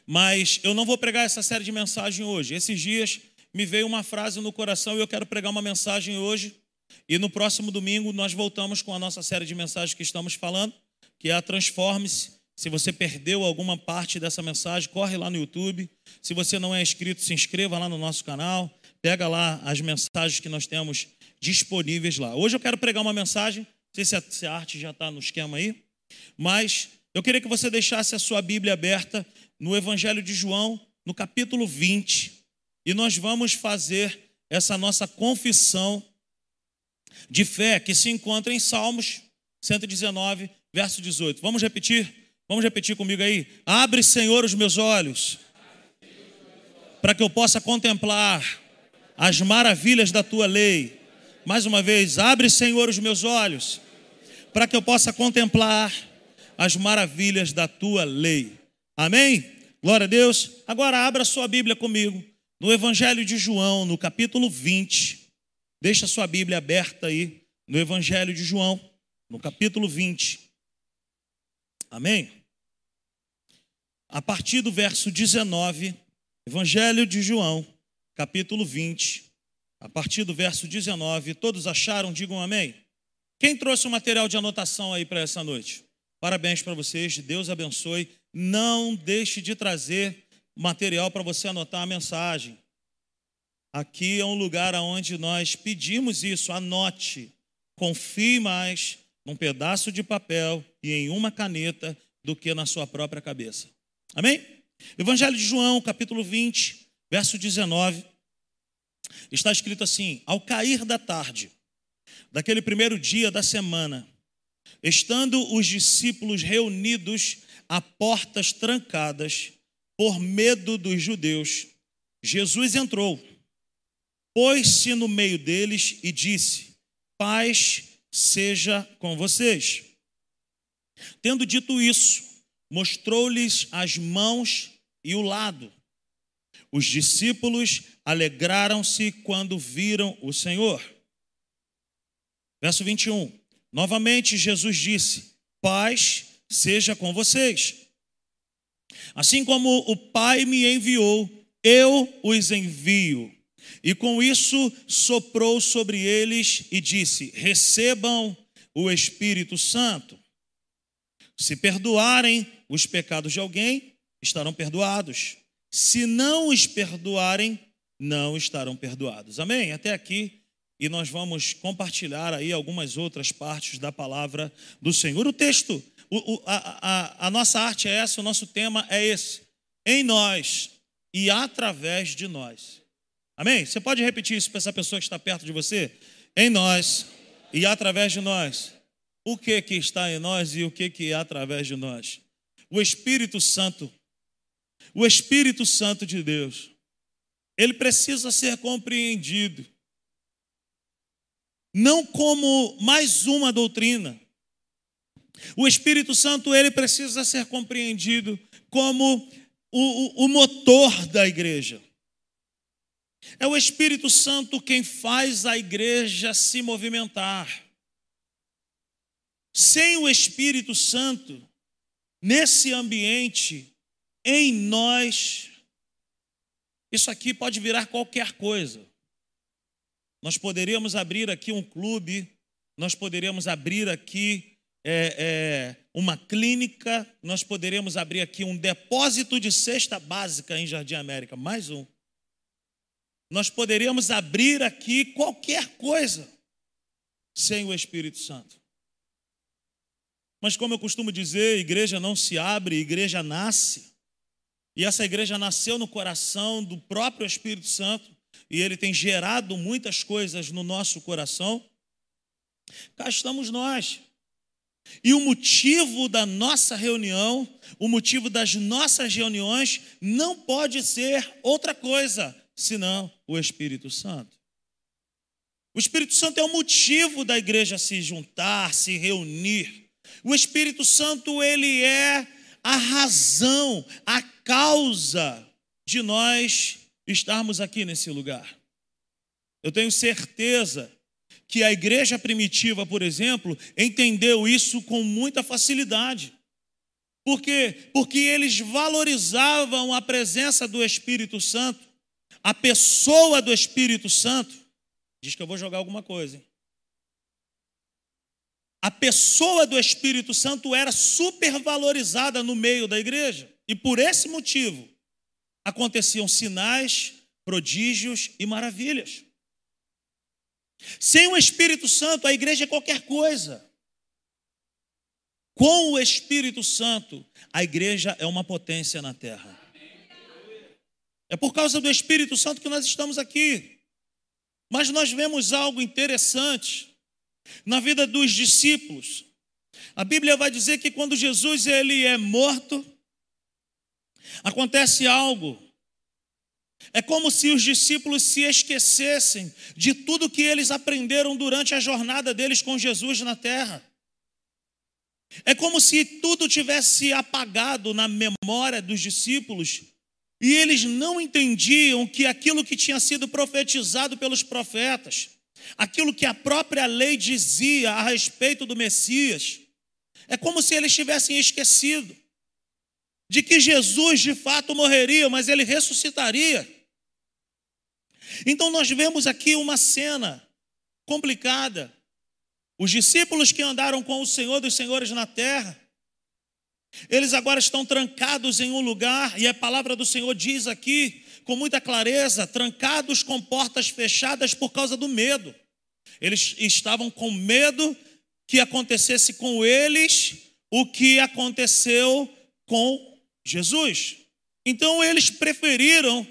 mas eu não vou pregar essa série de mensagens hoje. Esses dias me veio uma frase no coração e eu quero pregar uma mensagem hoje. E no próximo domingo nós voltamos com a nossa série de mensagens que estamos falando, que é a Transforme-se. Se você perdeu alguma parte dessa mensagem, corre lá no YouTube. Se você não é inscrito, se inscreva lá no nosso canal. Pega lá as mensagens que nós temos disponíveis lá. Hoje eu quero pregar uma mensagem, não sei se a arte já está no esquema aí, mas eu queria que você deixasse a sua Bíblia aberta no Evangelho de João, no capítulo 20, e nós vamos fazer essa nossa confissão de fé que se encontra em Salmos 119, verso 18. Vamos repetir? Vamos repetir comigo aí? Abre, Senhor, os meus olhos, para que eu possa contemplar as maravilhas da Tua lei. Mais uma vez, abre, Senhor, os meus olhos, para que eu possa contemplar as maravilhas da Tua lei. Amém? Glória a Deus. Agora abra sua Bíblia comigo, no Evangelho de João, no capítulo 20. Deixa a sua Bíblia aberta aí, no Evangelho de João, no capítulo 20. Amém? A partir do verso 19, Evangelho de João, capítulo 20, a partir do verso 19, todos acharam? Digam amém. Quem trouxe o material de anotação aí para essa noite? Parabéns para vocês, Deus abençoe. Não deixe de trazer material para você anotar a mensagem. Aqui é um lugar onde nós pedimos isso, anote. Confie mais num pedaço de papel e em uma caneta do que na sua própria cabeça. Amém? Evangelho de João, capítulo 20, verso 19, está escrito assim: ao cair da tarde, daquele primeiro dia da semana, estando os discípulos reunidos a portas trancadas, por medo dos judeus, Jesus entrou, pôs-se no meio deles e disse: paz seja com vocês. Tendo dito isso, mostrou-lhes as mãos e o lado. Os discípulos alegraram-se quando viram o Senhor. Verso 21. Novamente Jesus disse: paz seja com vocês. Assim como o Pai me enviou, eu os envio. E com isso soprou sobre eles e disse: recebam o Espírito Santo. Se perdoarem os pecados de alguém, estarão perdoados. Se não os perdoarem, não estarão perdoados. Amém? Até aqui. E nós vamos compartilhar aí algumas outras partes da palavra do Senhor. O texto, a nossa arte é essa, o nosso tema é esse. Em nós e através de nós. Amém? Você pode repetir isso para essa pessoa que está perto de você? Em nós e através de nós. O que está em nós e o que é através de nós? O Espírito Santo. O Espírito Santo de Deus. Ele precisa ser compreendido. Não como mais uma doutrina. O Espírito Santo, ele precisa ser compreendido como o motor da igreja. É o Espírito Santo quem faz a igreja se movimentar. Sem o Espírito Santo, nesse ambiente, em nós, isso aqui pode virar qualquer coisa. Nós poderíamos abrir aqui um clube, nós poderíamos abrir aqui uma clínica, nós poderíamos abrir aqui um depósito de cesta básica em Jardim América, mais um. Nós poderíamos abrir aqui qualquer coisa sem o Espírito Santo. Mas como eu costumo dizer, igreja não se abre, igreja nasce. E essa igreja nasceu no coração do próprio Espírito Santo e ele tem gerado muitas coisas no nosso coração. Cá estamos nós. E o motivo da nossa reunião, o motivo das nossas reuniões não pode ser outra coisa senão o Espírito Santo. O Espírito Santo é o motivo da igreja se juntar, se reunir. O Espírito Santo, ele é a razão, a causa de nós estarmos aqui nesse lugar. Eu tenho certeza que a igreja primitiva, por exemplo, entendeu isso com muita facilidade. Por quê? Porque eles valorizavam a presença do Espírito Santo, a pessoa do Espírito Santo. Diz que eu vou jogar alguma coisa, hein? A pessoa do Espírito Santo era supervalorizada no meio da igreja. E por esse motivo, aconteciam sinais, prodígios e maravilhas. Sem o Espírito Santo, a igreja é qualquer coisa. Com o Espírito Santo, a igreja é uma potência na terra. É por causa do Espírito Santo que nós estamos aqui. Mas nós vemos algo interessante na vida dos discípulos. A Bíblia vai dizer que quando Jesus ele é morto, acontece algo. É como se os discípulos se esquecessem de tudo que eles aprenderam durante a jornada deles com Jesus na terra. É como se tudo tivesse apagado na memória dos discípulos e eles não entendiam que aquilo que tinha sido profetizado pelos profetas, aquilo que a própria lei dizia a respeito do Messias, é como se eles tivessem esquecido de que Jesus de fato morreria, mas ele ressuscitaria. Então nós vemos aqui uma cena complicada. Os discípulos que andaram com o Senhor dos Senhores na terra, eles agora estão trancados em um lugar, e a palavra do Senhor diz aqui, com muita clareza, trancados com portas fechadas por causa do medo. Eles estavam com medo que acontecesse com eles o que aconteceu com Jesus. Então eles preferiram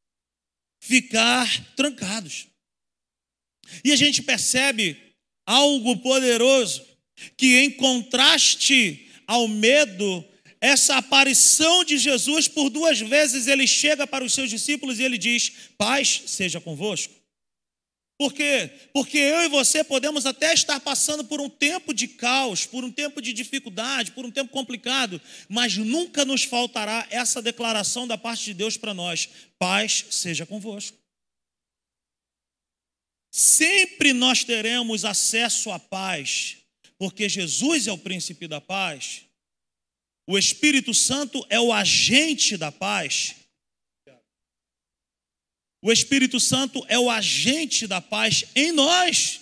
ficar trancados. E a gente percebe algo poderoso, que em contraste ao medo, essa aparição de Jesus, por 2 vezes ele chega para os seus discípulos e ele diz: paz seja convosco. Por quê? Porque eu e você podemos até estar passando por um tempo de caos, por um tempo de dificuldade, por um tempo complicado, mas nunca nos faltará essa declaração da parte de Deus para nós: paz seja convosco. Sempre nós teremos acesso à paz, porque Jesus é o príncipe da paz. O Espírito Santo é o agente da paz. O Espírito Santo é o agente da paz em nós.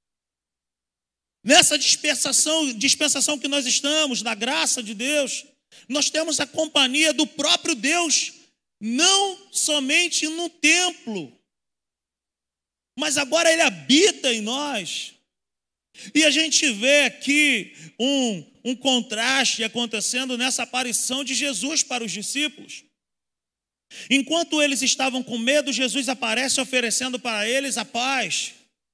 Nessa dispensação que nós estamos, da graça de Deus, nós temos a companhia do próprio Deus, não somente no templo, mas agora ele habita em nós. E a gente vê aqui um contraste acontecendo nessa aparição de Jesus para os discípulos. Enquanto eles estavam com medo, Jesus aparece oferecendo para eles a paz.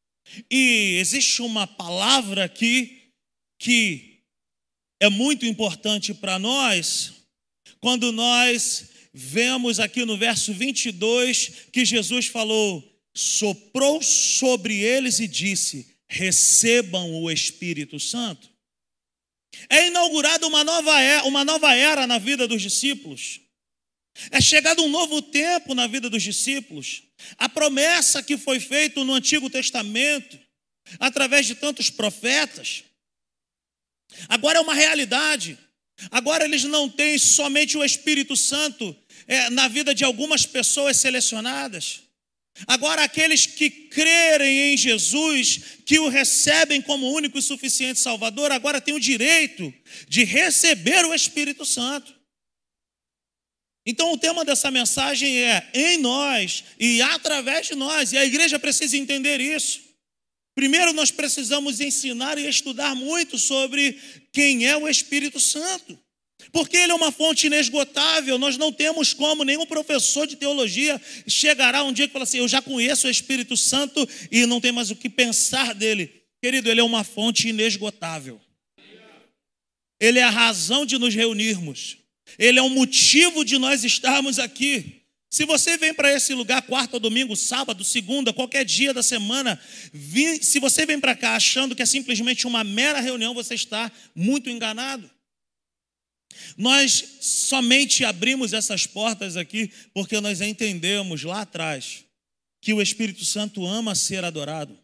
E existe uma palavra aqui que é muito importante para nós, quando nós vemos aqui no verso 22 que Jesus falou: soprou sobre eles e disse: recebam o Espírito Santo. É inaugurada uma nova era na vida dos discípulos. É chegado um novo tempo na vida dos discípulos. A promessa que foi feita no Antigo Testamento, através de tantos profetas, agora é uma realidade. Agora eles não têm somente o Espírito Santo na vida de algumas pessoas selecionadas. Agora aqueles que crerem em Jesus, que o recebem como único e suficiente Salvador, agora têm o direito de receber o Espírito Santo. Então o tema dessa mensagem é em nós e através de nós, e a igreja precisa entender isso. Primeiro nós precisamos ensinar e estudar muito sobre quem é o Espírito Santo, porque ele é uma fonte inesgotável. Nós não temos como, nenhum professor de teologia chegará um dia que fala assim: eu já conheço o Espírito Santo e não tem mais o que pensar dele. Querido, ele é uma fonte inesgotável. Ele é a razão de nos reunirmos. Ele é o motivo de nós estarmos aqui. Se você vem para esse lugar quarta, domingo, sábado, segunda, qualquer dia da semana, se você vem para cá achando que é simplesmente uma mera reunião, você está muito enganado. Nós somente abrimos essas portas aqui porque nós entendemos lá atrás que o Espírito Santo ama ser adorado.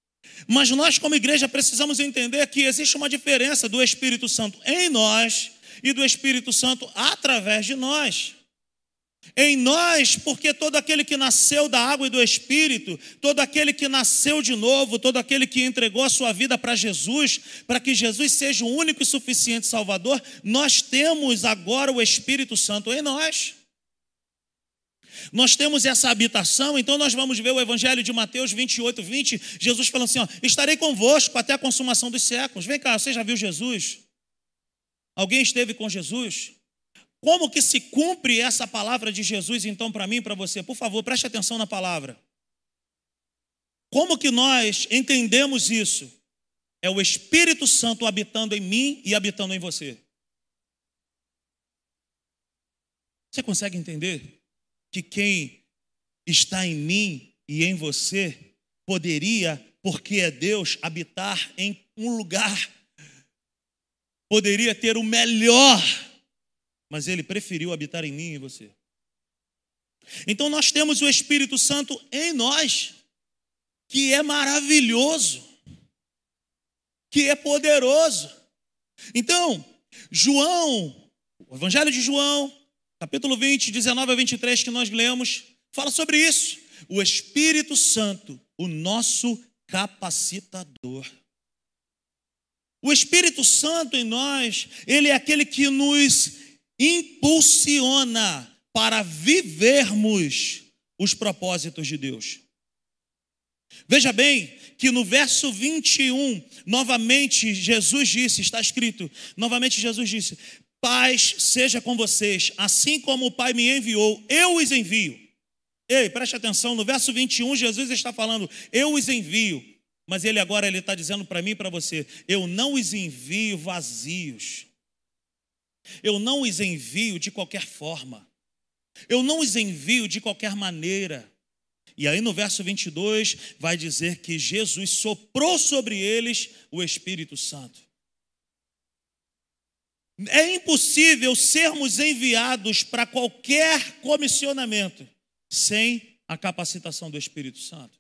Mas nós como igreja precisamos entender que existe uma diferença do Espírito Santo em nós e do Espírito Santo através de nós. Em nós, porque todo aquele que nasceu da água e do Espírito, todo aquele que nasceu de novo, todo aquele que entregou a sua vida para Jesus, para que Jesus seja o único e suficiente Salvador, nós temos agora o Espírito Santo em nós. Nós temos essa habitação, então nós vamos ver o Evangelho de Mateus 28, 20, Jesus falando assim, estarei convosco até a consumação dos séculos. Vem cá, você já viu Jesus? Alguém esteve com Jesus? Como que se cumpre essa palavra de Jesus, então, para mim e para você? Por favor, preste atenção na palavra. Como que nós entendemos isso? É o Espírito Santo habitando em mim e habitando em você. Você consegue entender que quem está em mim e em você poderia, porque é Deus, habitar em um lugar, poderia ter o melhor, mas Ele preferiu habitar em mim e em você. Então nós temos o Espírito Santo em nós, que é maravilhoso, que é poderoso. Então, João, o Evangelho de João, capítulo 20, 19 a 23, que nós lemos, fala sobre isso. O Espírito Santo, o nosso capacitador. O Espírito Santo em nós, ele é aquele que nos impulsiona para vivermos os propósitos de Deus. Veja bem que no verso 21, novamente Jesus disse, está escrito, novamente Jesus disse, paz seja com vocês, assim como o Pai me enviou, eu os envio. Ei, preste atenção, no verso 21 Jesus está falando, eu os envio, mas ele agora está dizendo para mim e para você, eu não os envio vazios, eu não os envio de qualquer forma, eu não os envio de qualquer maneira. E aí no verso 22 vai dizer que Jesus soprou sobre eles o Espírito Santo. É impossível sermos enviados para qualquer comissionamento sem a capacitação do Espírito Santo.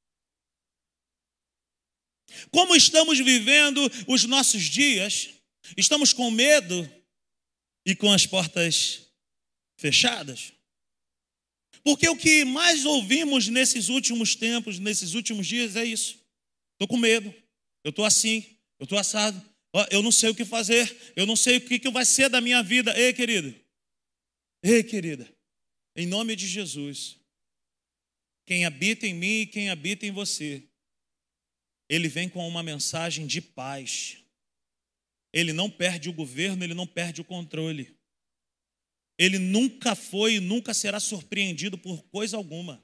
Como estamos vivendo os nossos dias, estamos com medo e com as portas fechadas. Porque o que mais ouvimos nesses últimos tempos, nesses últimos dias é isso. Estou com medo, eu estou assim, eu estou assado, eu não sei o que fazer, eu não sei o que vai ser da minha vida. Ei, querido, ei, querida, em nome de Jesus, quem habita em mim e quem habita em você, ele vem com uma mensagem de paz. Ele não perde o governo, ele não perde o controle. Ele nunca foi e nunca será surpreendido por coisa alguma.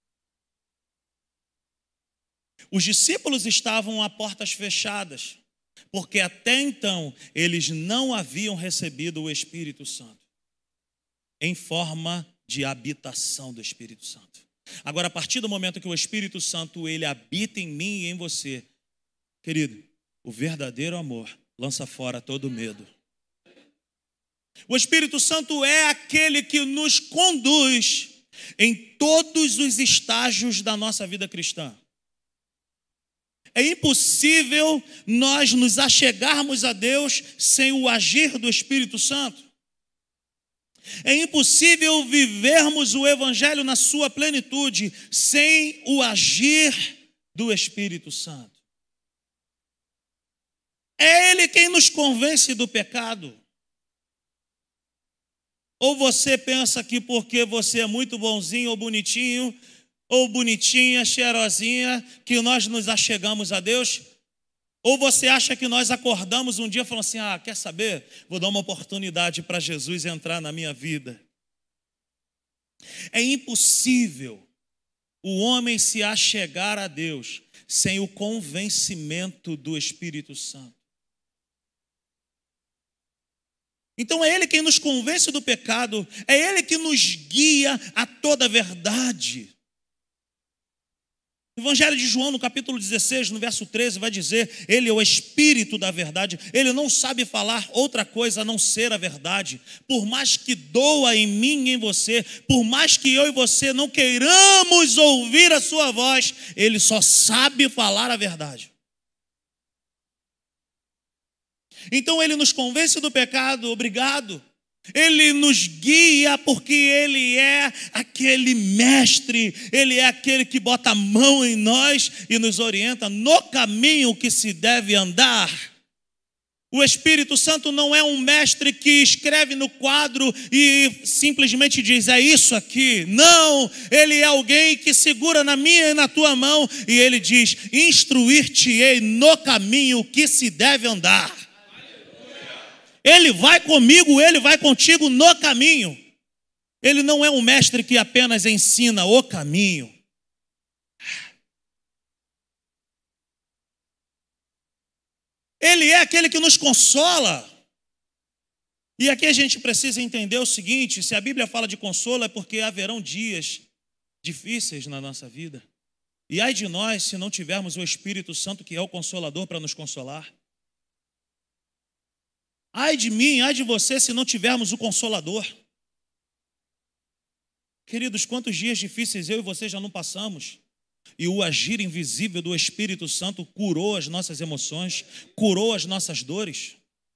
Os discípulos estavam a portas fechadas, porque até então eles não haviam recebido o Espírito Santo, em forma de habitação do Espírito Santo. Agora, a partir do momento que o Espírito Santo, ele habita em mim e em você, querido, o verdadeiro amor lança fora todo medo. O Espírito Santo é aquele que nos conduz em todos os estágios da nossa vida cristã. É impossível nós nos achegarmos a Deus sem o agir do Espírito Santo. É impossível vivermos o Evangelho na sua plenitude sem o agir do Espírito Santo. É Ele quem nos convence do pecado. Ou você pensa que porque você é muito bonzinho ou bonitinho, ou bonitinha, cheirosinha, que nós nos achegamos a Deus? Ou você acha que nós acordamos um dia falando assim, quer saber? Vou dar uma oportunidade para Jesus entrar na minha vida. É impossível o homem se achegar a Deus sem o convencimento do Espírito Santo. Então é Ele quem nos convence do pecado, é Ele que nos guia a toda a verdade. O Evangelho de João, no capítulo 16, no verso 13, vai dizer, Ele é o Espírito da verdade, Ele não sabe falar outra coisa a não ser a verdade. Por mais que doa em mim e em você, por mais que eu e você não queiramos ouvir a sua voz, Ele só sabe falar a verdade. Então ele nos convence do pecado, obrigado. Ele nos guia porque ele é aquele mestre, ele é aquele que bota a mão em nós e nos orienta no caminho que se deve andar. O Espírito Santo não é um mestre que escreve no quadro e simplesmente diz, é isso aqui. Não, ele é alguém que segura na minha e na tua mão e ele diz, instruir-te-ei no caminho que se deve andar. Ele vai comigo, ele vai contigo no caminho. Ele não é um mestre que apenas ensina o caminho. Ele é aquele que nos consola. E aqui a gente precisa entender o seguinte, se a Bíblia fala de consolo é porque haverão dias difíceis na nossa vida. E ai de nós se não tivermos o Espírito Santo que é o Consolador para nos consolar. Ai de mim, ai de você se não tivermos o Consolador. Queridos, quantos dias difíceis eu e você já não passamos? E o agir invisível do Espírito Santo curou as nossas emoções, curou as nossas dores.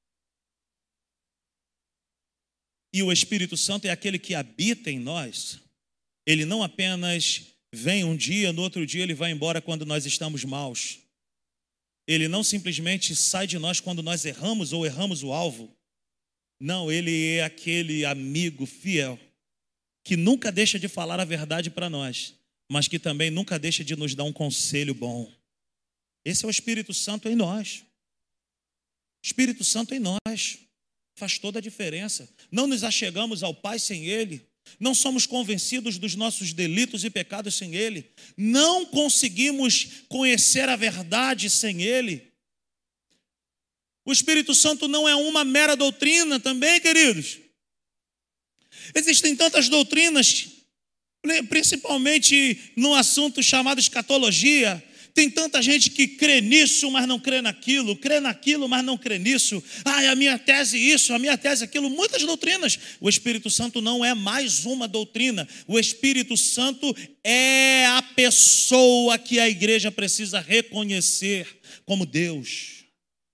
E o Espírito Santo é aquele que habita em nós. Ele não apenas vem um dia, no outro dia ele vai embora quando nós estamos maus. Ele não simplesmente sai de nós quando nós erramos ou erramos o alvo. Não, ele é aquele amigo fiel que nunca deixa de falar a verdade para nós, mas que também nunca deixa de nos dar um conselho bom. Esse é o Espírito Santo em nós. O Espírito Santo em nós faz toda a diferença. Não nos achegamos ao Pai sem Ele. Não somos convencidos dos nossos delitos e pecados sem Ele. Não conseguimos conhecer a verdade sem Ele. O Espírito Santo não é uma mera doutrina também, queridos. Existem tantas doutrinas, principalmente no assunto chamado escatologia. Tem tanta gente que crê nisso, mas não crê naquilo, mas não crê nisso. A minha tese isso, a minha tese aquilo, muitas doutrinas. O Espírito Santo não é mais uma doutrina. O Espírito Santo é a pessoa que a igreja precisa reconhecer como Deus.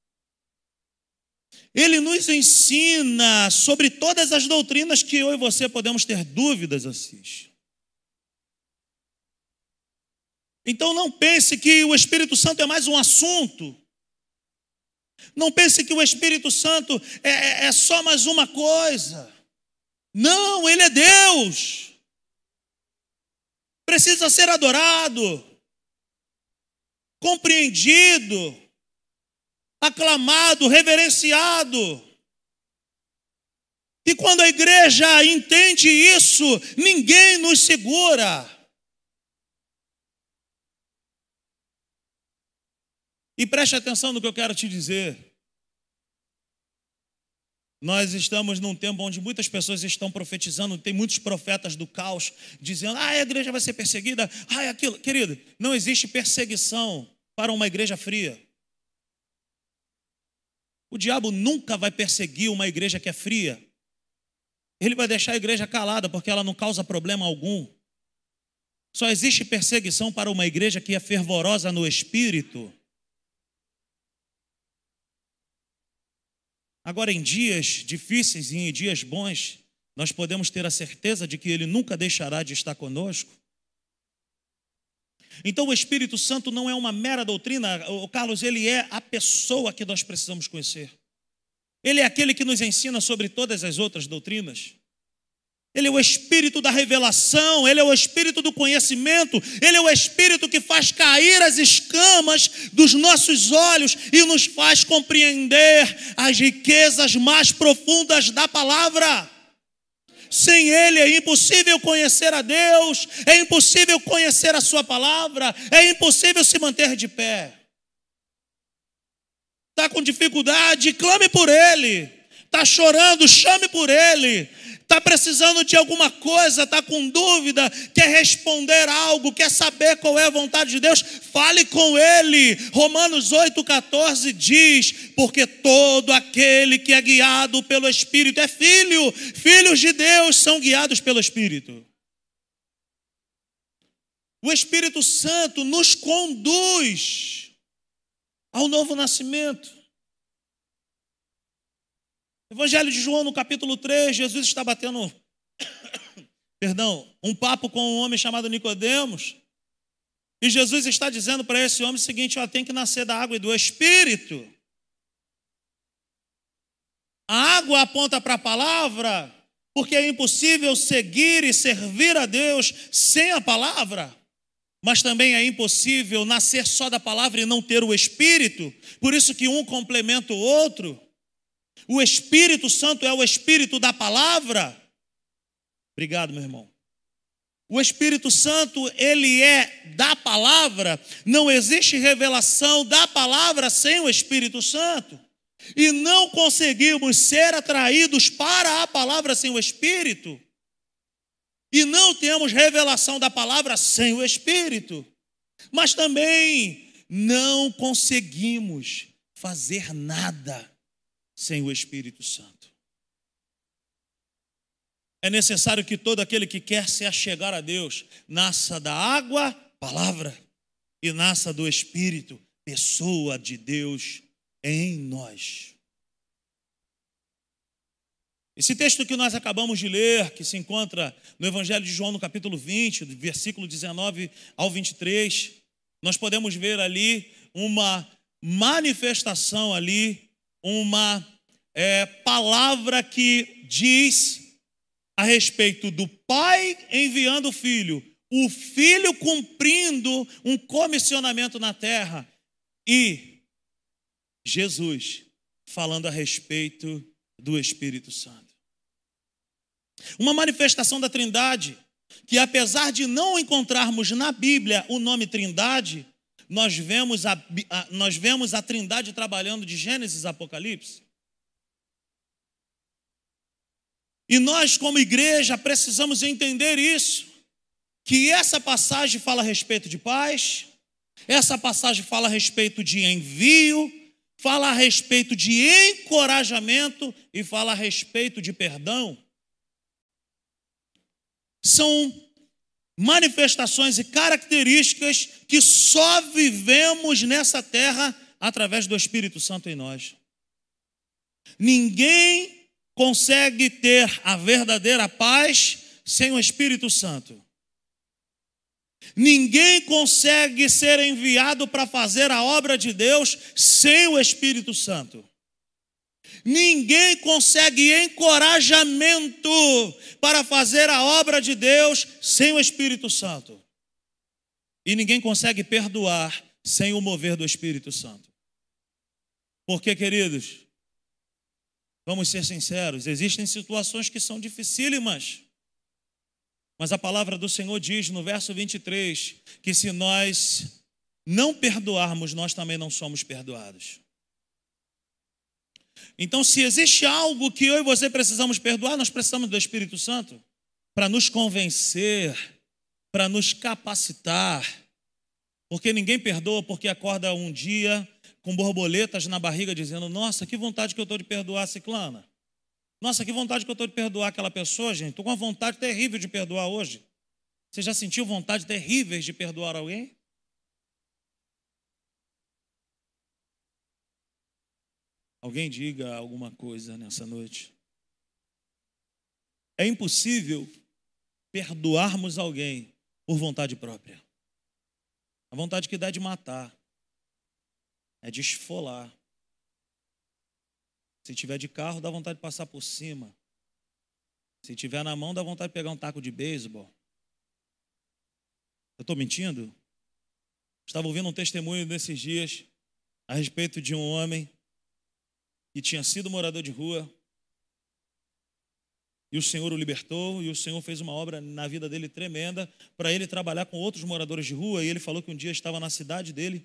Ele nos ensina sobre todas as doutrinas que eu e você podemos ter dúvidas, Assis. Então não pense que o Espírito Santo é mais um assunto. Não pense que o Espírito Santo é só mais uma coisa. Não, Ele é Deus. Precisa ser adorado, compreendido, aclamado, reverenciado. E quando a igreja entende isso, ninguém nos segura. E preste atenção no que eu quero te dizer. Nós estamos num tempo onde muitas pessoas estão profetizando, tem muitos profetas do caos, dizendo, a igreja vai ser perseguida, aquilo. Querido, não existe perseguição para uma igreja fria. O diabo nunca vai perseguir uma igreja que é fria. Ele vai deixar a igreja calada, porque ela não causa problema algum. Só existe perseguição para uma igreja que é fervorosa no espírito. Agora, em dias difíceis e em dias bons, nós podemos ter a certeza de que Ele nunca deixará de estar conosco. Então, o Espírito Santo não é uma mera doutrina, Carlos, Ele é a pessoa que nós precisamos conhecer. Ele é aquele que nos ensina sobre todas as outras doutrinas. Ele é o Espírito da revelação, Ele é o Espírito do conhecimento, Ele é o Espírito que faz cair as escamas dos nossos olhos e nos faz compreender as riquezas mais profundas da palavra. Sem Ele é impossível conhecer a Deus, é impossível conhecer a sua palavra, é impossível se manter de pé. Está com dificuldade, clame por Ele. Está chorando, chame por Ele. Está precisando de alguma coisa, está com dúvida, quer responder algo, quer saber qual é a vontade de Deus, fale com Ele. Romanos 8,14 diz, porque todo aquele que é guiado pelo Espírito é filho, filhos de Deus são guiados pelo Espírito. O Espírito Santo nos conduz ao novo nascimento. Evangelho de João, no capítulo 3, Jesus está batendo, um papo com um homem chamado Nicodemos. E Jesus está dizendo para esse homem o seguinte: ó, tem que nascer da água e do Espírito. A água aponta para a palavra, porque é impossível seguir e servir a Deus sem a palavra. Mas também é impossível nascer só da palavra e não ter o Espírito. Por isso que um complementa o outro. O Espírito Santo é o Espírito da palavra. Obrigado, meu irmão. O Espírito Santo, ele é da palavra. Não existe revelação da palavra sem o Espírito Santo. E não conseguimos ser atraídos para a palavra sem o Espírito. E não temos revelação da palavra sem o Espírito. Mas também não conseguimos fazer nada sem o Espírito Santo. É necessário que todo aquele que quer se achegar a Deus nasça da água, palavra, e nasça do Espírito, pessoa de Deus em nós. Esse texto que nós acabamos de ler, que se encontra no Evangelho de João, no capítulo 20, do versículo 19 ao 23, nós podemos ver ali uma manifestação ali, uma palavra que diz a respeito do Pai enviando o Filho cumprindo um comissionamento na terra e Jesus falando a respeito do Espírito Santo. Uma manifestação da Trindade que, apesar de não encontrarmos na Bíblia o nome Trindade, nós vemos a Trindade trabalhando de Gênesis a Apocalipse. E nós, como igreja, precisamos entender isso, que essa passagem fala a respeito de paz, essa passagem fala a respeito de envio, fala a respeito de encorajamento e fala a respeito de perdão. São manifestações e características que só vivemos nessa terra através do Espírito Santo em nós. Ninguém consegue ter a verdadeira paz sem o Espírito Santo. Ninguém consegue ser enviado para fazer a obra de Deus sem o Espírito Santo. Ninguém consegue encorajamento para fazer a obra de Deus sem o Espírito Santo. E ninguém consegue perdoar sem o mover do Espírito Santo. Porque, queridos, vamos ser sinceros, existem situações que são dificílimas. Mas a palavra do Senhor diz no verso 23 que se nós não perdoarmos, nós também não somos perdoados. Então, se existe algo que eu e você precisamos perdoar, nós precisamos do Espírito Santo para nos convencer, para nos capacitar. Porque ninguém perdoa porque acorda um dia com borboletas na barriga dizendo: nossa, que vontade que eu estou de perdoar a ciclana. Nossa, que vontade que eu estou de perdoar aquela pessoa, gente. Estou com uma vontade terrível de perdoar hoje. Você já sentiu vontade terríveis de perdoar alguém? Alguém diga alguma coisa nessa noite. É impossível perdoarmos alguém por vontade própria. A vontade que dá é de matar, é de esfolar. Se tiver de carro, dá vontade de passar por cima. Se tiver na mão, dá vontade de pegar um taco de beisebol. Eu estou mentindo? Estava ouvindo um testemunho nesses dias a respeito de um homem que tinha sido morador de rua e o Senhor o libertou e o Senhor fez uma obra na vida dele tremenda para ele trabalhar com outros moradores de rua. E ele falou que um dia estava na cidade dele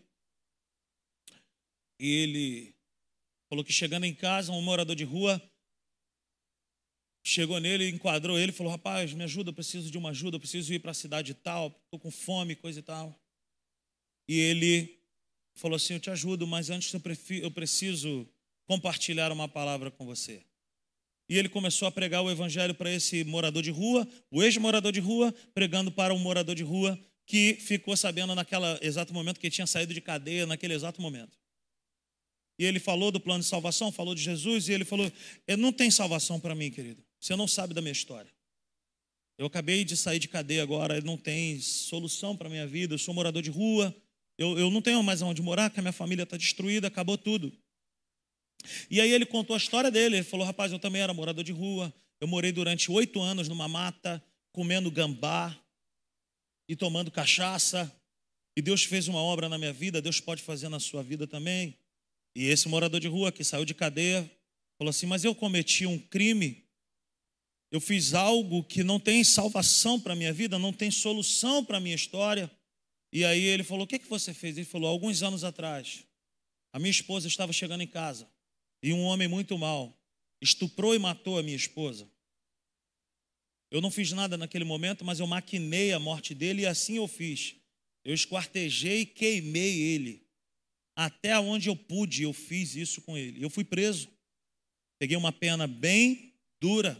e ele falou que chegando em casa, um morador de rua chegou nele, enquadrou ele e falou: rapaz, me ajuda, eu preciso de uma ajuda, eu preciso ir para a cidade tal, estou com fome, coisa e tal. E ele falou assim: eu te ajudo, mas antes eu preciso compartilhar uma palavra com você. E ele começou a pregar o evangelho para esse morador de rua, o ex-morador de rua, pregando para um morador de rua que ficou sabendo naquele exato momento que ele tinha saído de cadeia, naquele exato momento. E ele falou do plano de salvação, falou de Jesus, e ele falou: não tem salvação para mim, querido. Você não sabe da minha história. Eu acabei de sair de cadeia agora, não tem solução para a minha vida, eu sou morador de rua, eu não tenho mais onde morar, porque a minha família está destruída, acabou tudo. E aí ele contou a história dele, ele falou: rapaz, eu também era morador de rua, eu morei durante 8 anos numa mata, comendo gambá e tomando cachaça, e Deus fez uma obra na minha vida, Deus pode fazer na sua vida também. E esse morador de rua que saiu de cadeia falou assim: mas eu cometi um crime, eu fiz algo que não tem salvação para a minha vida, não tem solução para a minha história. E aí ele falou: o que você fez? Ele falou: alguns anos atrás, a minha esposa estava chegando em casa e um homem muito mau estuprou e matou a minha esposa. Eu não fiz nada naquele momento, mas eu maquinei a morte dele, e assim eu fiz. Eu esquartejei e queimei ele. Até onde eu pude, eu fiz isso com ele. Eu fui preso. Peguei uma pena bem dura.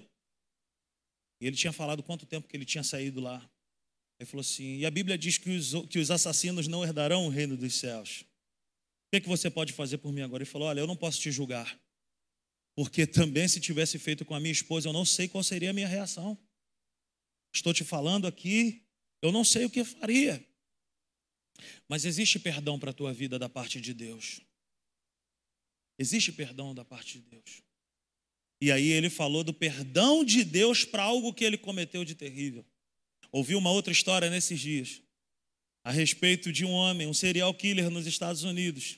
E ele tinha falado quanto tempo que ele tinha saído lá. Ele falou assim: e a Bíblia diz que os assassinos não herdarão o reino dos céus. O que você pode fazer por mim agora? Ele falou: olha, eu não posso te julgar. Porque também, se tivesse feito com a minha esposa, eu não sei qual seria a minha reação. Estou te falando aqui, eu não sei o que faria. Mas existe perdão para a tua vida da parte de Deus. Existe perdão da parte de Deus. E aí ele falou do perdão de Deus para algo que ele cometeu de terrível. Ouvi uma outra história nesses dias, a respeito de um homem, um serial killer nos Estados Unidos,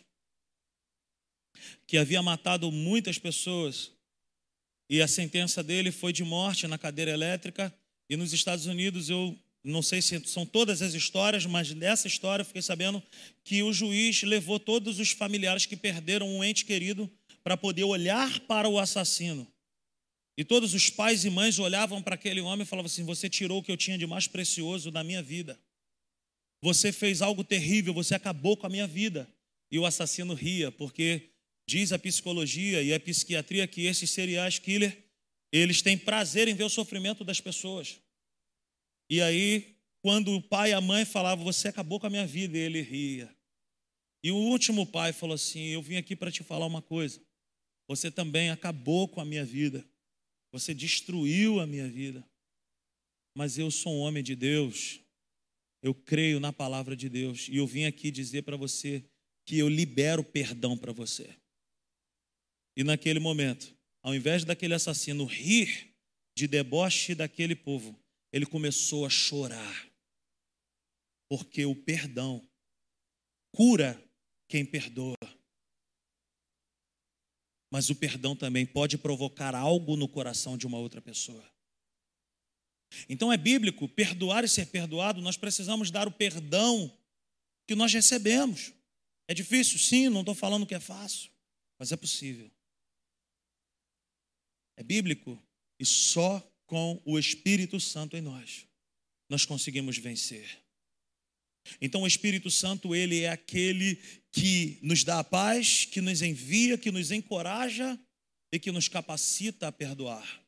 que havia matado muitas pessoas, e a sentença dele foi de morte na cadeira elétrica. E nos Estados Unidos, eu não sei se são todas as histórias, mas dessa história eu fiquei sabendo que o juiz levou todos os familiares que perderam um ente querido para poder olhar para o assassino. E todos os pais e mães olhavam para aquele homem e falavam assim: você tirou o que eu tinha de mais precioso da minha vida. Você fez algo terrível, você acabou com a minha vida. E o assassino ria, porque diz a psicologia e a psiquiatria que esses serial killers, eles têm prazer em ver o sofrimento das pessoas. E aí, quando o pai e a mãe falavam: você acabou com a minha vida, ele ria. E o último pai falou assim: eu vim aqui para te falar uma coisa. Você também acabou com a minha vida. Você destruiu a minha vida. Mas eu sou um homem de Deus. Eu creio na palavra de Deus. E eu vim aqui dizer para você que eu libero perdão para você. E naquele momento, ao invés daquele assassino rir de deboche daquele povo, ele começou a chorar. Porque o perdão cura quem perdoa. Mas o perdão também pode provocar algo no coração de uma outra pessoa. Então é bíblico, perdoar e ser perdoado, nós precisamos dar o perdão que nós recebemos. É difícil? Sim, não estou falando que é fácil, mas é possível. É bíblico e só com o Espírito Santo em nós conseguimos vencer. Então o Espírito Santo, ele é aquele que nos dá a paz, que nos envia, que nos encoraja e que nos capacita a perdoar.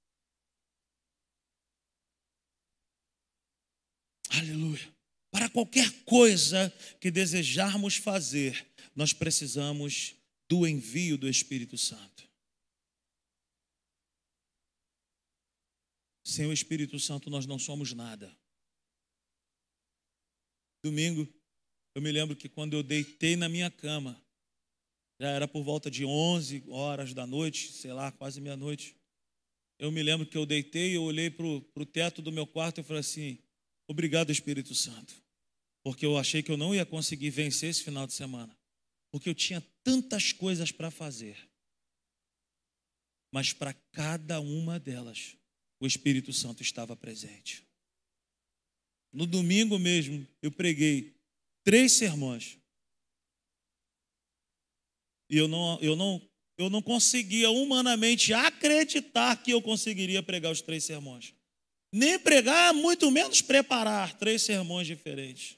Aleluia. Para qualquer coisa que desejarmos fazer, nós precisamos do envio do Espírito Santo. Sem o Espírito Santo nós não somos nada. Domingo, eu me lembro que quando eu deitei na minha cama, já era por volta de 11 horas da noite, sei lá, quase meia-noite. Eu me lembro que eu deitei, eu olhei para o teto do meu quarto e falei assim: obrigado, Espírito Santo, porque eu achei que eu não ia conseguir vencer esse final de semana, porque eu tinha tantas coisas para fazer, mas para cada uma delas, o Espírito Santo estava presente. No domingo mesmo, eu preguei 3 sermões. E eu não conseguia humanamente acreditar que eu conseguiria pregar os 3 sermões. Nem pregar, muito menos preparar 3 sermões diferentes.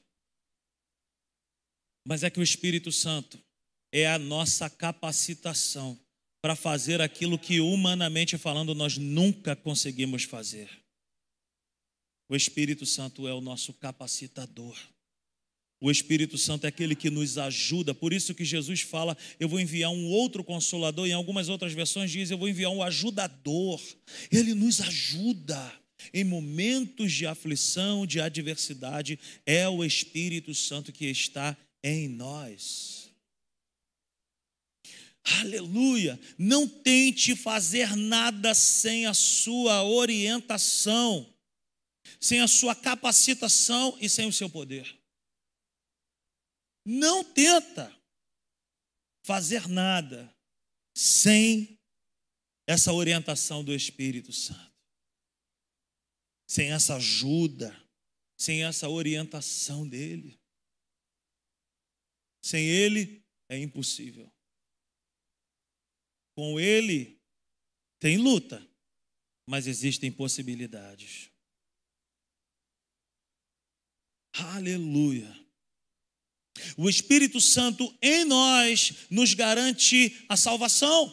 Mas é que o Espírito Santo é a nossa capacitação para fazer aquilo que humanamente falando nós nunca conseguimos fazer. O Espírito Santo é o nosso capacitador. O Espírito Santo é aquele que nos ajuda. Por isso que Jesus fala, eu vou enviar um outro Consolador. Em algumas outras versões diz, eu vou enviar um ajudador. Ele nos ajuda em momentos de aflição, de adversidade. É o Espírito Santo que está em nós. Aleluia! Não tente fazer nada sem a sua orientação, sem a sua capacitação e sem o seu poder. Não tenta fazer nada sem essa orientação do Espírito Santo, sem essa ajuda, sem essa orientação dele. Sem ele é impossível. Com ele tem luta, mas existem possibilidades. Aleluia! O Espírito Santo em nós nos garante a salvação.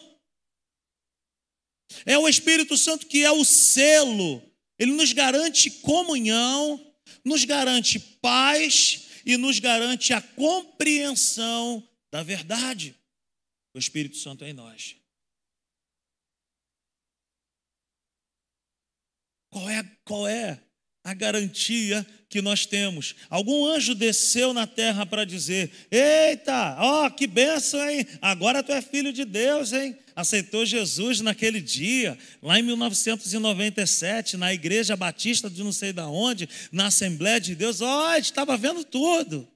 É o Espírito Santo que é o selo. Ele nos garante comunhão, nos garante paz e nos garante a compreensão da verdade. O Espírito Santo é em nós. Qual é a garantia que nós temos? Algum anjo desceu na terra para dizer, eita, ó, que bênção, hein? Agora tu é filho de Deus, hein? Aceitou Jesus naquele dia, lá em 1997, na Igreja Batista de não sei de onde, na Assembleia de Deus, ó, estava vendo tudo.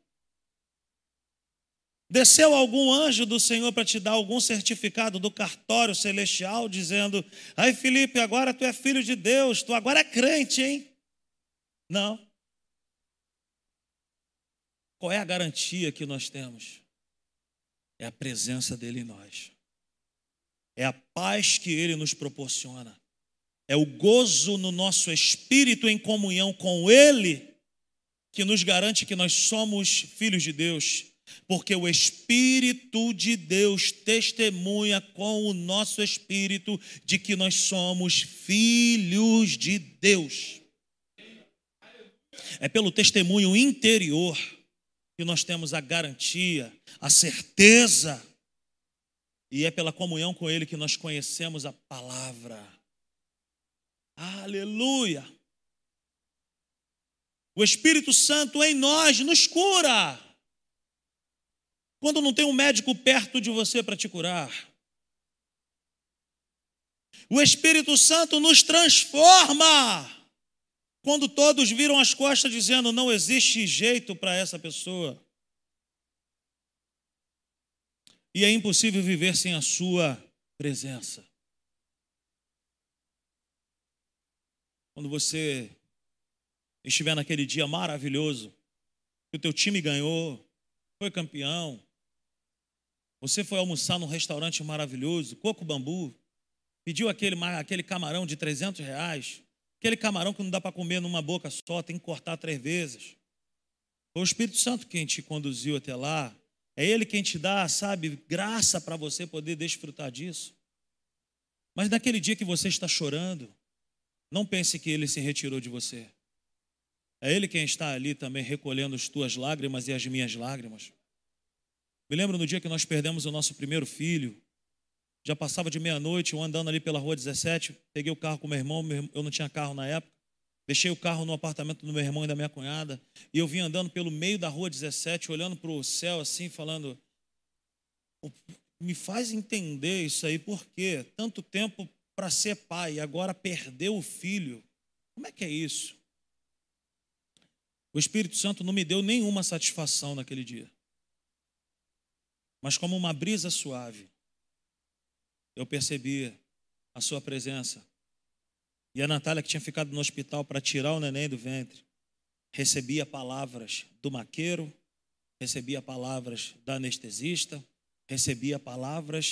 Desceu algum anjo do Senhor para te dar algum certificado do cartório celestial, dizendo, ai Felipe, agora tu é filho de Deus, tu agora é crente, hein? Não. Qual é a garantia que nós temos? É a presença dele em nós. É a paz que ele nos proporciona. É o gozo no nosso espírito em comunhão com ele que nos garante que nós somos filhos de Deus. Porque o Espírito de Deus testemunha com o nosso espírito de que nós somos filhos de Deus. É pelo testemunho interior que nós temos a garantia, a certeza, e é pela comunhão com ele que nós conhecemos a palavra. Aleluia! O Espírito Santo em nós nos cura. Quando não tem um médico perto de você para te curar. O Espírito Santo nos transforma. Quando todos viram as costas dizendo, não existe jeito para essa pessoa. E é impossível viver sem a sua presença. Quando você estiver naquele dia maravilhoso, que o teu time ganhou, foi campeão, você foi almoçar num restaurante maravilhoso, Coco Bambu, pediu aquele camarão de R$300, aquele camarão que não dá para comer numa boca só, tem que cortar 3 vezes. Foi o Espírito Santo quem te conduziu até lá. É Ele quem te dá, sabe, graça para você poder desfrutar disso. Mas naquele dia que você está chorando, não pense que Ele se retirou de você. É Ele quem está ali também recolhendo as tuas lágrimas e as minhas lágrimas. Me lembro no dia que nós perdemos o nosso primeiro filho. Já passava de meia-noite, eu andando ali pela rua 17, peguei o carro com o meu irmão, eu não tinha carro na época, deixei o carro no apartamento do meu irmão e da minha cunhada, e eu vim andando pelo meio da rua 17, olhando para o céu assim, falando, me faz entender isso aí, por quê? Tanto tempo para ser pai, e agora perdeu o filho. Como é que é isso? O Espírito Santo não me deu nenhuma satisfação naquele dia. Mas como uma brisa suave, eu percebi a sua presença. E a Natália, que tinha ficado no hospital para tirar o neném do ventre, recebia palavras do maqueiro, recebia palavras da anestesista, recebia palavras,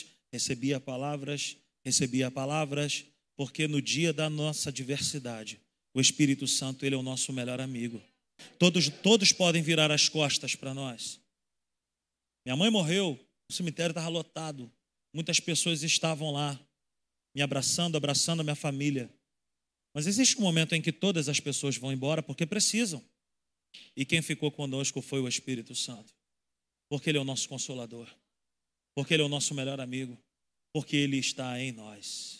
porque no dia da nossa adversidade, o Espírito Santo, ele é o nosso melhor amigo. Todos podem virar as costas para nós. Minha mãe morreu, o cemitério estava lotado. Muitas pessoas estavam lá, me abraçando a minha família. Mas existe um momento em que todas as pessoas vão embora porque precisam. e quem ficou conosco foi o Espírito Santo. Porque Ele é o nosso consolador, porque Ele é o nosso melhor amigo, porque Ele está em nós.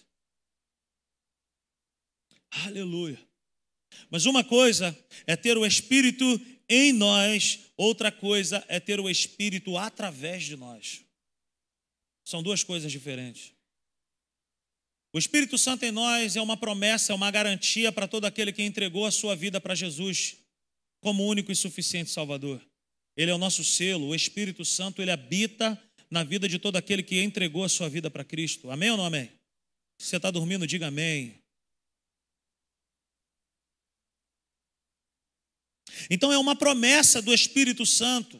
Aleluia. Mas uma coisa é ter o Espírito em nós, outra coisa é ter o Espírito através de nós. São duas coisas diferentes. O Espírito Santo em nós é uma promessa, é uma garantia para todo aquele que entregou a sua vida para Jesus como único e suficiente Salvador. Ele é o nosso selo, o Espírito Santo, ele habita na vida de todo aquele que entregou a sua vida para Cristo. Amém ou não amém? Se você está dormindo, diga amém. Então é uma promessa do Espírito Santo.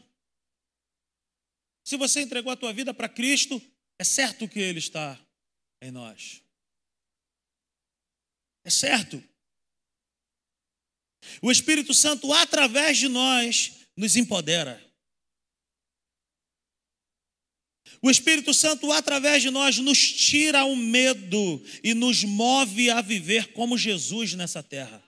Se você entregou a tua vida para Cristo, é certo que Ele está em nós. É certo. O Espírito Santo, através de nós, nos empodera. O Espírito Santo, através de nós, nos tira o medo e nos move a viver como Jesus nessa terra.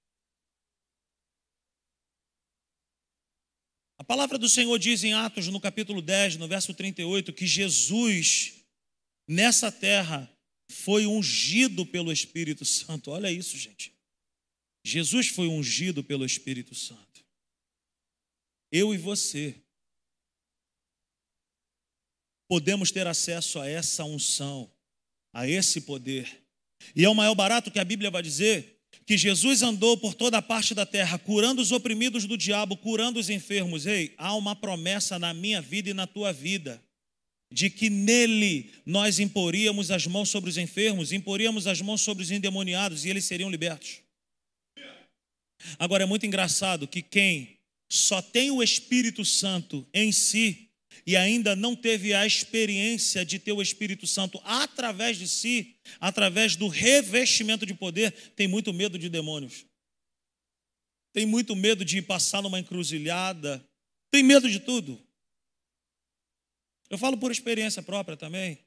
A palavra do Senhor diz em Atos, no capítulo 10, no verso 38, que Jesus, nessa terra, foi ungido pelo Espírito Santo. Olha isso, gente. Jesus foi ungido pelo Espírito Santo. Eu e você podemos ter acesso a essa unção, a esse poder. E é o maior barato que a Bíblia vai dizer, que Jesus andou por toda a parte da terra, curando os oprimidos do diabo, curando os enfermos. Ei, há uma promessa na minha vida e na tua vida, de que nele nós imporíamos as mãos sobre os enfermos, imporíamos as mãos sobre os endemoniados e eles seriam libertos. Agora é muito engraçado que quem só tem o Espírito Santo em si e ainda não teve a experiência de ter o Espírito Santo através de si, através do revestimento de poder, tem muito medo de demônios. Tem muito medo de passar numa encruzilhada. Tem medo de tudo. Eu falo por experiência própria também.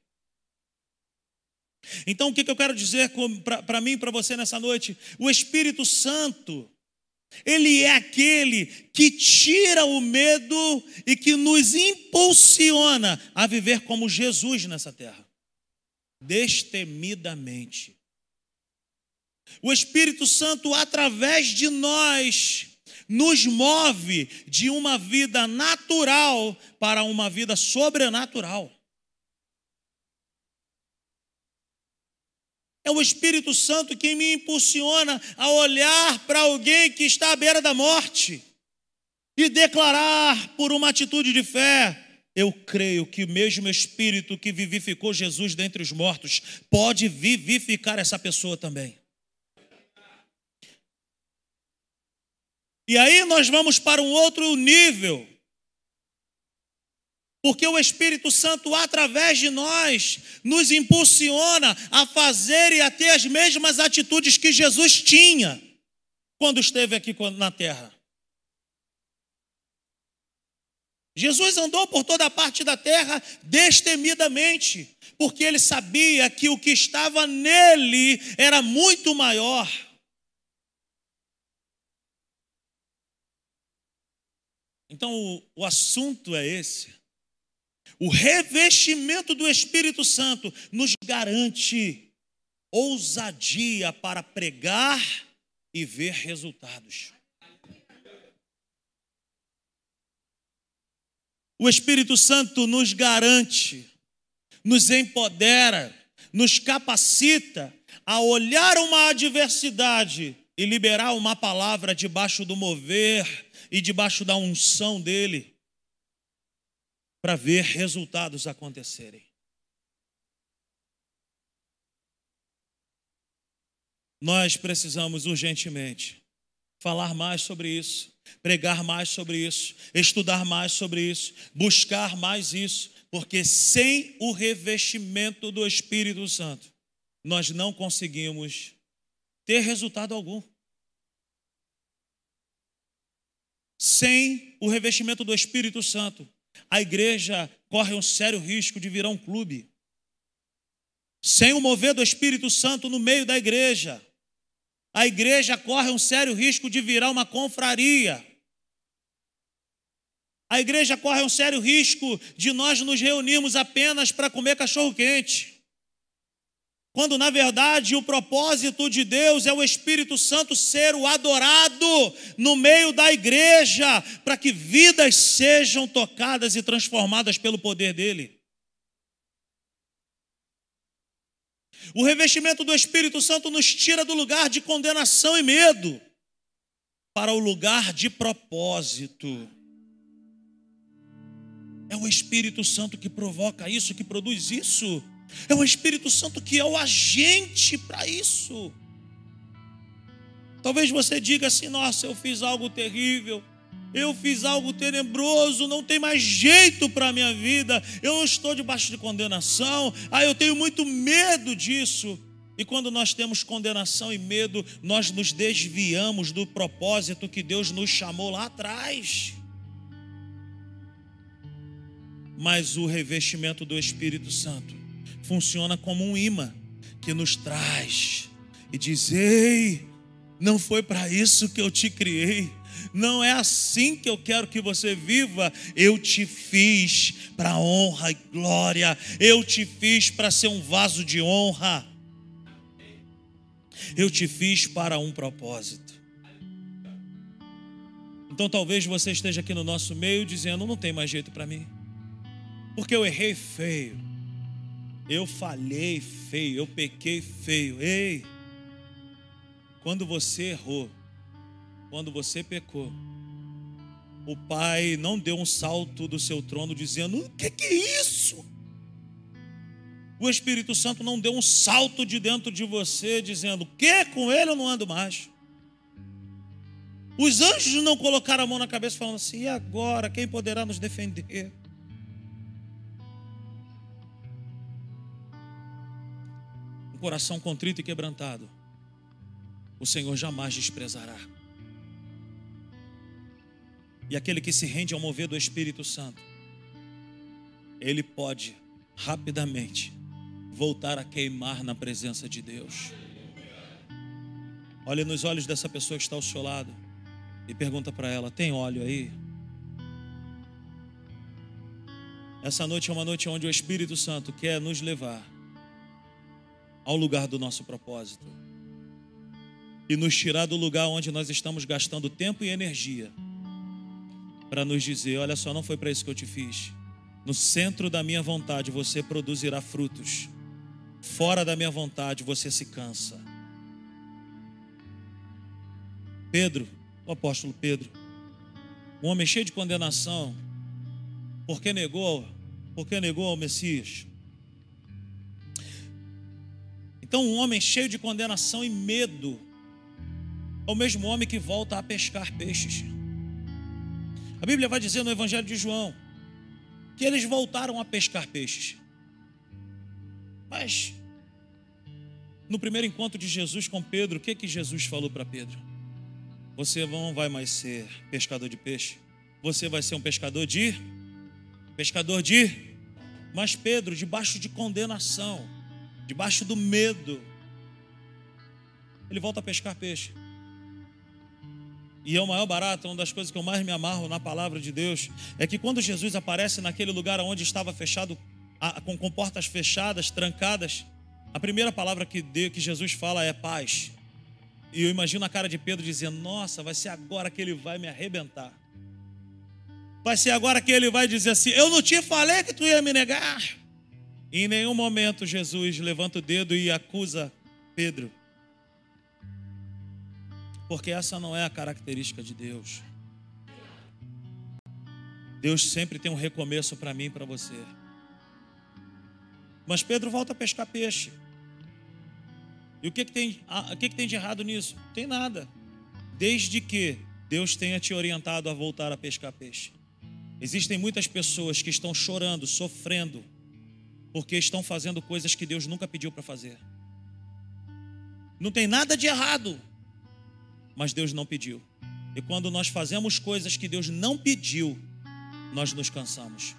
Então o que eu quero dizer para mim e para você nessa noite? O Espírito Santo, ele é aquele que tira o medo e que nos impulsiona a viver como Jesus nessa terra, destemidamente. O Espírito Santo, através de nós, nos move de uma vida natural para uma vida sobrenatural. É o Espírito Santo quem me impulsiona a olhar para alguém que está à beira da morte e declarar por uma atitude de fé: eu creio que o mesmo Espírito que vivificou Jesus dentre os mortos pode vivificar essa pessoa também. E aí nós vamos para um outro nível, porque o Espírito Santo, através de nós, nos impulsiona a fazer e a ter as mesmas atitudes que Jesus tinha quando esteve aqui na terra. Jesus andou por toda a parte da terra destemidamente, porque ele sabia que o que estava nele era muito maior. Então o assunto é esse. O revestimento do Espírito Santo nos garante ousadia para pregar e ver resultados. O Espírito Santo nos garante, nos empodera, nos capacita a olhar uma adversidade e liberar uma palavra debaixo do mover e debaixo da unção dele, para ver resultados acontecerem. Nós precisamos urgentemente falar mais sobre isso, pregar mais sobre isso, estudar mais sobre isso, buscar mais isso, porque sem o revestimento do Espírito Santo, nós não conseguimos ter resultado algum. Sem o revestimento do Espírito Santo, a igreja corre um sério risco de virar um clube. Sem o mover do Espírito Santo no meio da igreja, a igreja corre um sério risco de virar uma confraria. A igreja corre um sério risco de nós nos reunirmos apenas para comer cachorro-quente, quando na verdade o propósito de Deus é o Espírito Santo ser o adorado no meio da igreja, para que vidas sejam tocadas e transformadas pelo poder dele. O revestimento do Espírito Santo nos tira do lugar de condenação e medo para o lugar de propósito. É o Espírito Santo que provoca isso, que produz isso. É o Espírito Santo que é o agente para isso. Talvez você diga assim: nossa, eu fiz algo terrível, eu fiz algo tenebroso, não tem mais jeito para a minha vida, eu não estou debaixo de condenação, eu tenho muito medo disso. E quando nós temos condenação e medo, nós nos desviamos do propósito que Deus nos chamou lá atrás. Mas o revestimento do Espírito Santo funciona como um imã que nos traz e diz: ei, não foi para isso que eu te criei, não é assim que eu quero que você viva. Eu te fiz para honra e glória, eu te fiz para ser um vaso de honra, eu te fiz para um propósito. Então talvez você esteja aqui no nosso meio dizendo: não tem mais jeito para mim, porque eu errei feio, eu falhei feio, eu pequei feio. Ei, quando você errou, quando você pecou, o Pai não deu um salto do seu trono dizendo: o que é isso? O Espírito Santo não deu um salto de dentro de você dizendo: o que? Com ele eu não ando mais. Os anjos não colocaram a mão na cabeça falando assim: e agora? Quem poderá nos defender? Um coração contrito e quebrantado, o Senhor jamais desprezará. E aquele que se rende ao mover do Espírito Santo, ele pode rapidamente voltar a queimar na presença de Deus. Olhe nos olhos dessa pessoa que está ao seu lado e pergunta para ela: tem óleo aí? Essa noite é uma noite onde o Espírito Santo quer nos levar ao lugar do nosso propósito e nos tirar do lugar onde nós estamos gastando tempo e energia, para nos dizer: olha só, não foi para isso que eu te fiz. No centro da minha vontade você produzirá frutos, fora da minha vontade você se cansa. Pedro, o apóstolo Pedro, um homem cheio de condenação, porque negou ao Messias. Então um homem cheio de condenação e medo é o mesmo homem que volta a pescar peixes. A Bíblia vai dizer no Evangelho de João que eles voltaram a pescar peixes. Mas no primeiro encontro de Jesus com Pedro, o que Jesus falou para Pedro? Você não vai mais ser pescador de peixe, você vai ser um pescador de... Mas Pedro, debaixo de condenação, debaixo do medo, ele volta a pescar peixe. E é o maior barato, uma das coisas que eu mais me amarro na palavra de Deus, é que quando Jesus aparece naquele lugar onde estava fechado, com portas fechadas, trancadas, a primeira palavra que Jesus fala é paz. E eu imagino a cara de Pedro dizendo: nossa, vai ser agora que ele vai me arrebentar. Vai ser agora que ele vai dizer assim: eu não te falei que tu ia me negar. E em nenhum momento Jesus levanta o dedo e acusa Pedro, porque essa não é a característica de Deus. Deus sempre tem um recomeço para mim e para você. Mas Pedro volta a pescar peixe. E o que tem de errado nisso? Não tem nada, desde que Deus tenha te orientado a voltar a pescar peixe. Existem muitas pessoas que estão chorando, sofrendo, porque estão fazendo coisas que Deus nunca pediu para fazer. Não tem nada de errado, mas Deus não pediu. E quando nós fazemos coisas que Deus não pediu, nós nos cansamos.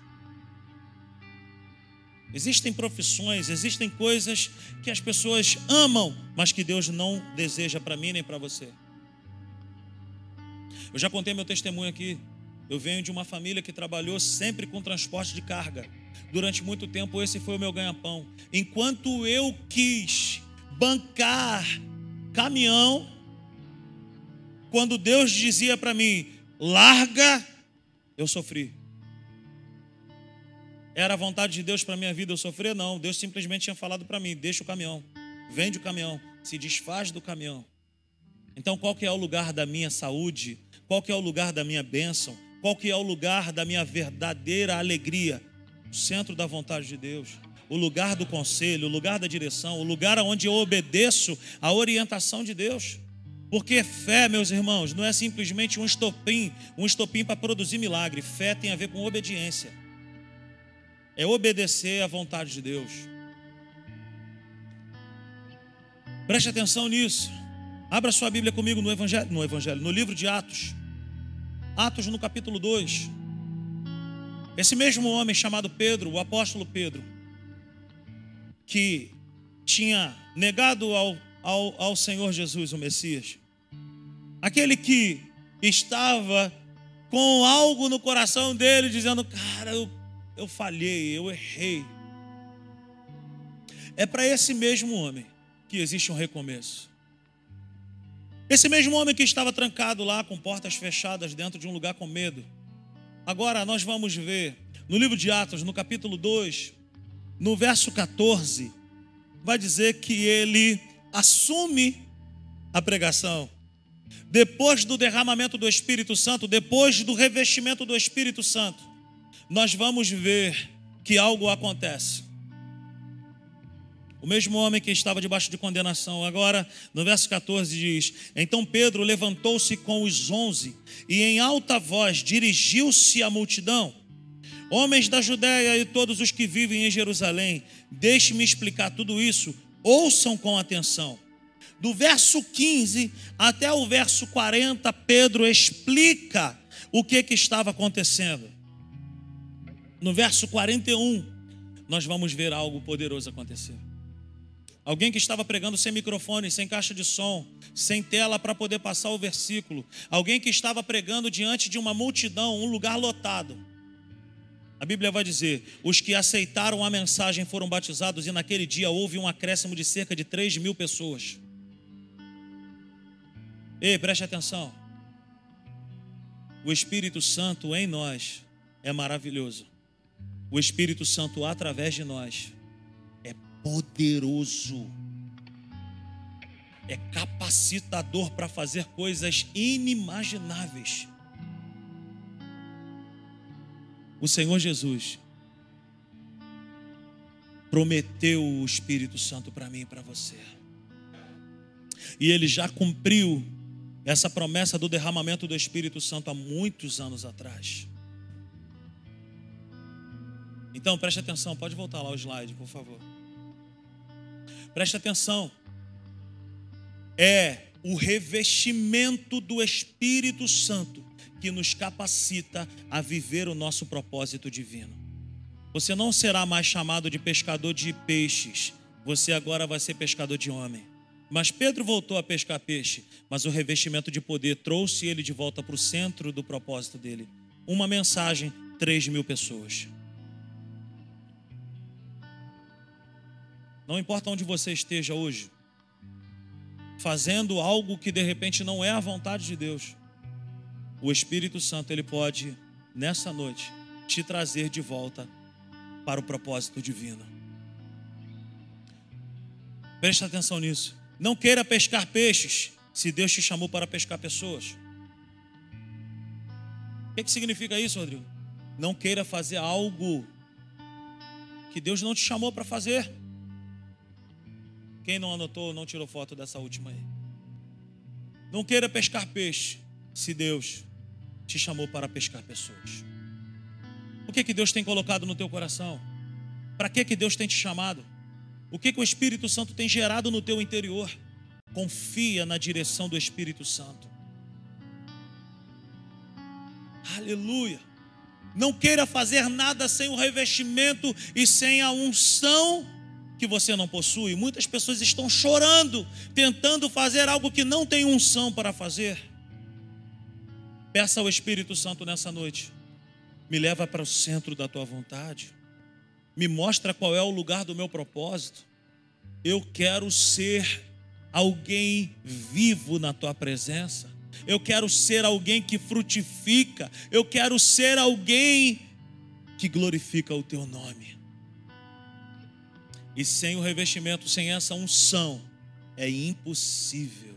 Existem profissões, existem coisas que as pessoas amam, mas que Deus não deseja para mim nem para você. Eu já contei meu testemunho aqui. Eu venho de uma família que trabalhou sempre com transporte de carga. Durante muito tempo esse foi o meu ganha-pão. Enquanto eu quis bancar caminhão, quando Deus dizia para mim, larga, eu sofri. Era a vontade de Deus para a minha vida eu sofrer? Não, Deus simplesmente tinha falado para mim, deixa o caminhão, vende o caminhão, se desfaz do caminhão. Então qual que é o lugar da minha saúde? Qual que é o lugar da minha bênção? Qual que é o lugar da minha verdadeira alegria? O centro da vontade de Deus, o lugar do conselho, o lugar da direção, o lugar onde eu obedeço a orientação de Deus. Porque fé, meus irmãos, não é simplesmente um estopim para produzir milagre. Fé tem a ver com obediência. É obedecer à vontade de Deus. Preste atenção nisso. Abra sua Bíblia comigo no livro de Atos. Atos no capítulo 2. Esse mesmo homem chamado Pedro, o apóstolo Pedro, que tinha negado ao Senhor Jesus, o Messias, aquele que estava com algo no coração dele, dizendo, cara, eu falhei, eu errei. É para esse mesmo homem que existe um recomeço. Esse mesmo homem que estava trancado lá, com portas fechadas, dentro de um lugar com medo. Agora nós vamos ver, no livro de Atos, no capítulo 2, no verso 14, vai dizer que ele assume a pregação. Depois do derramamento do Espírito Santo, depois do revestimento do Espírito Santo, nós vamos ver que algo acontece. O mesmo homem que estava debaixo de condenação, agora no verso 14 diz, então Pedro levantou-se com os 11 e em alta voz dirigiu-se à multidão. Homens da Judéia e todos os que vivem em Jerusalém, deixe-me explicar tudo isso, ouçam com atenção. Do verso 15 até o verso 40, Pedro explica o que estava acontecendo. No verso 41, nós vamos ver algo poderoso acontecer. Alguém que estava pregando sem microfone, sem caixa de som, sem tela para poder passar o versículo. Alguém que estava pregando diante de uma multidão, um lugar lotado. A Bíblia vai dizer, os que aceitaram a mensagem foram batizados e naquele dia houve um acréscimo de cerca de 3.000 pessoas. Ei, preste atenção. O Espírito Santo em nós é maravilhoso. O Espírito Santo através de nós é poderoso. É capacitador para fazer coisas inimagináveis. O Senhor Jesus prometeu o Espírito Santo para mim e para você. E Ele já cumpriu essa promessa do derramamento do Espírito Santo há muitos anos atrás. Então, preste atenção, pode voltar lá o slide, por favor. Preste atenção. É o revestimento do Espírito Santo que nos capacita a viver o nosso propósito divino. Você não será mais chamado de pescador de peixes, você agora vai ser pescador de homem. Mas Pedro voltou a pescar peixe, mas o revestimento de poder trouxe ele de volta para o centro do propósito dele. Uma mensagem, 3.000 pessoas. Não importa onde você esteja hoje, fazendo algo que de repente não é a vontade de Deus, o Espírito Santo, ele pode, nessa noite, te trazer de volta para o propósito divino. Preste atenção nisso. Não queira pescar peixes, se Deus te chamou para pescar pessoas. O que significa isso, Rodrigo? Não queira fazer algo que Deus não te chamou para fazer. Quem não anotou, não tirou foto dessa última aí. Não queira pescar peixe, se Deus te chamou para pescar pessoas. O que Deus tem colocado no teu coração? Para que Deus tem te chamado? O que o Espírito Santo tem gerado no teu interior? Confia na direção do Espírito Santo. Aleluia. Não queira fazer nada sem o revestimento e sem a unção que você não possui. Muitas pessoas estão chorando, tentando fazer algo que não tem unção para fazer. Peça ao Espírito Santo nessa noite: me leva para o centro da tua vontade, me mostra qual é o lugar do meu propósito. Eu quero ser alguém vivo na tua presença, eu quero ser alguém que frutifica, eu quero ser alguém que glorifica o teu nome. E sem o revestimento, sem essa unção, é impossível.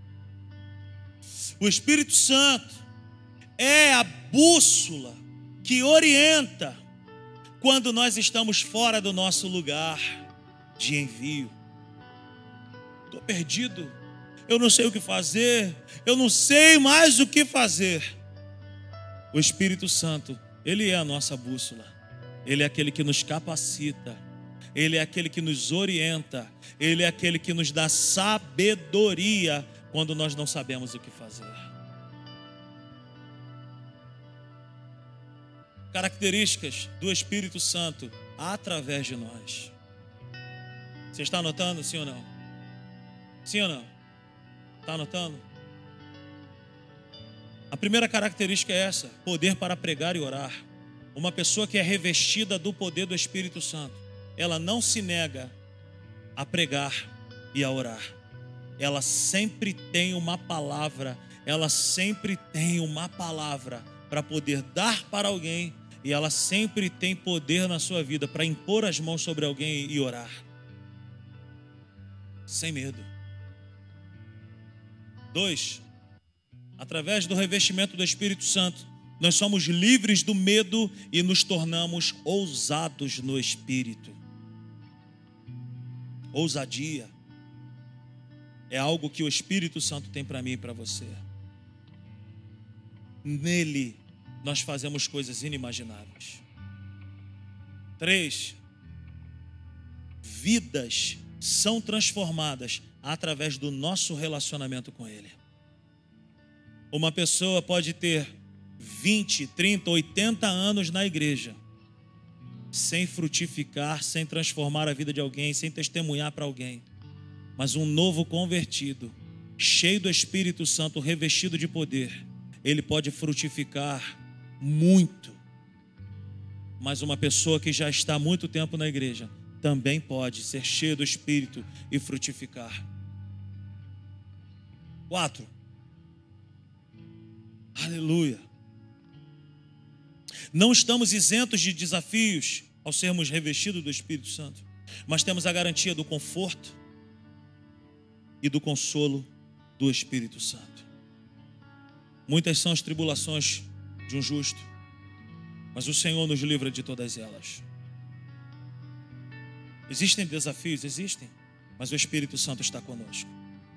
O Espírito Santo é a bússola que orienta quando nós estamos fora do nosso lugar de envio. Estou perdido, eu não sei o que fazer, eu não sei mais o que fazer. O Espírito Santo, Ele é a nossa bússola, Ele é aquele que nos capacita, Ele é aquele que nos orienta, Ele é aquele que nos dá sabedoria quando nós não sabemos o que fazer. Características do Espírito Santo através de nós. Você está anotando, sim ou não? Sim ou não? Está anotando? A primeira característica é essa: poder para pregar e orar. Uma pessoa que é revestida do poder do Espírito Santo, ela não se nega a pregar e a orar. Ela sempre tem uma palavra, para poder dar para alguém, e ela sempre tem poder na sua vida para impor as mãos sobre alguém e orar. Sem medo. 2, através do revestimento do Espírito Santo, nós somos livres do medo e nos tornamos ousados no Espírito. Ousadia é algo que o Espírito Santo tem para mim e para você. Nele nós fazemos coisas inimagináveis. 3, vidas são transformadas através do nosso relacionamento com Ele. Uma pessoa pode ter 20, 30, 80 anos na igreja, sem frutificar, sem transformar a vida de alguém, sem testemunhar para alguém. Mas um novo convertido, cheio do Espírito Santo, revestido de poder, ele pode frutificar muito. Mas uma pessoa que já está há muito tempo na igreja também pode ser cheia do Espírito e frutificar. 4, aleluia. Não estamos isentos de desafios ao sermos revestidos do Espírito Santo, mas temos a garantia do conforto e do consolo do Espírito Santo. Muitas são as tribulações de um justo, mas o Senhor nos livra de todas elas. Existem desafios? Existem, mas o Espírito Santo está conosco.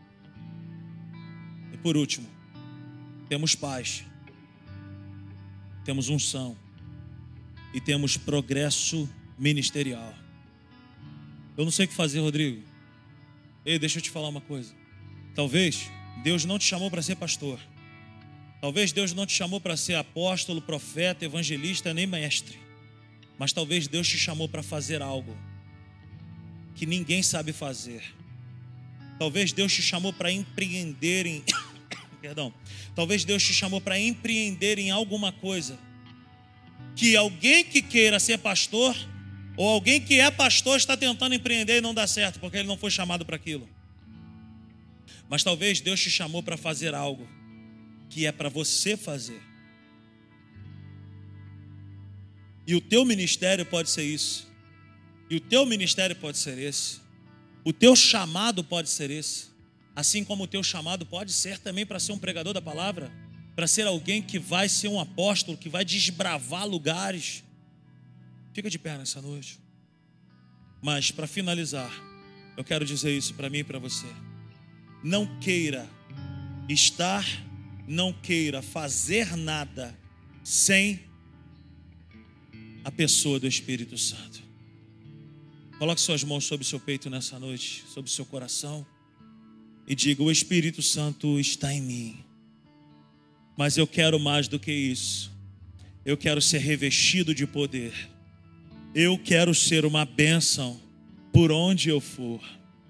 E por último, temos paz, temos unção e temos progresso ministerial. Eu não sei o que fazer, Rodrigo. Ei, deixa eu te falar uma coisa. Talvez Deus não te chamou para ser pastor. Talvez Deus não te chamou para ser apóstolo, profeta, evangelista, nem mestre. Mas talvez Deus te chamou para fazer algo que ninguém sabe fazer. Talvez Deus te chamou para empreender em... Talvez Deus te chamou para empreender em alguma coisa que alguém que queira ser pastor ou alguém que é pastor está tentando empreender e não dá certo, porque ele não foi chamado para aquilo. Mas talvez Deus te chamou para fazer algo que é para você fazer. E o teu ministério pode ser isso. E o teu ministério pode ser esse. O teu chamado pode ser esse. Assim como o teu chamado pode ser também para ser um pregador da palavra, para ser alguém que vai ser um apóstolo, que vai desbravar lugares. Fica de pé nessa noite. Mas para finalizar, eu quero dizer isso para mim e para você. Não queira fazer nada sem a pessoa do Espírito Santo. Coloque suas mãos sobre o seu peito nessa noite, sobre o seu coração, e diga: o Espírito Santo está em mim, mas eu quero mais do que isso. Eu quero ser revestido de poder. Eu quero ser uma bênção por onde eu for.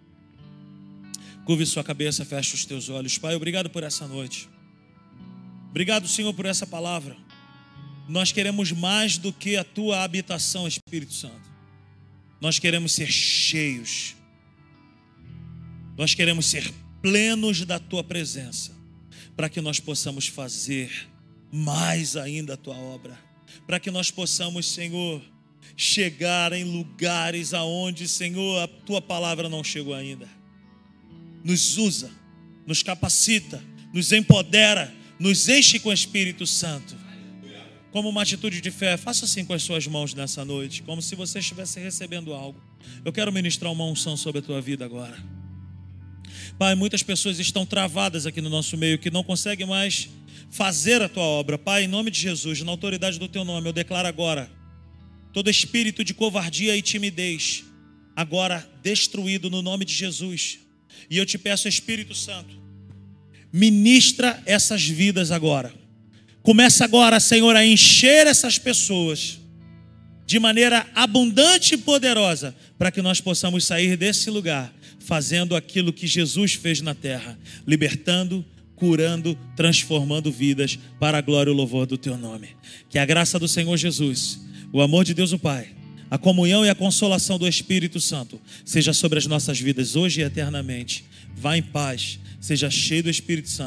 Curve sua cabeça, feche os teus olhos. Pai, obrigado por essa noite. Obrigado, Senhor, por essa palavra. Nós queremos mais do que a tua habitação, Espírito Santo. Nós queremos ser cheios. Nós queremos ser plenos da tua presença, para que nós possamos fazer mais ainda a tua obra, para que nós possamos, Senhor, chegar em lugares aonde, Senhor, a tua palavra não chegou ainda. Nos usa, nos capacita, nos empodera, nos enche com o Espírito Santo. Como uma atitude de fé, faça assim com as suas mãos nessa noite, como se você estivesse recebendo algo. Eu quero ministrar uma unção sobre a tua vida agora. Pai, muitas pessoas estão travadas aqui no nosso meio, que não conseguem mais fazer a tua obra. Pai, em nome de Jesus, na autoridade do teu nome, eu declaro agora todo espírito de covardia e timidez, agora destruído no nome de Jesus. E eu te peço, Espírito Santo, ministra essas vidas agora. Começa agora, Senhor, a encher essas pessoas de maneira abundante e poderosa, para que nós possamos sair desse lugar fazendo aquilo que Jesus fez na terra, libertando, curando, transformando vidas para a glória e o louvor do teu nome. Que a graça do Senhor Jesus, o amor de Deus o Pai, a comunhão e a consolação do Espírito Santo seja sobre as nossas vidas hoje e eternamente. Vá em paz, seja cheio do Espírito Santo.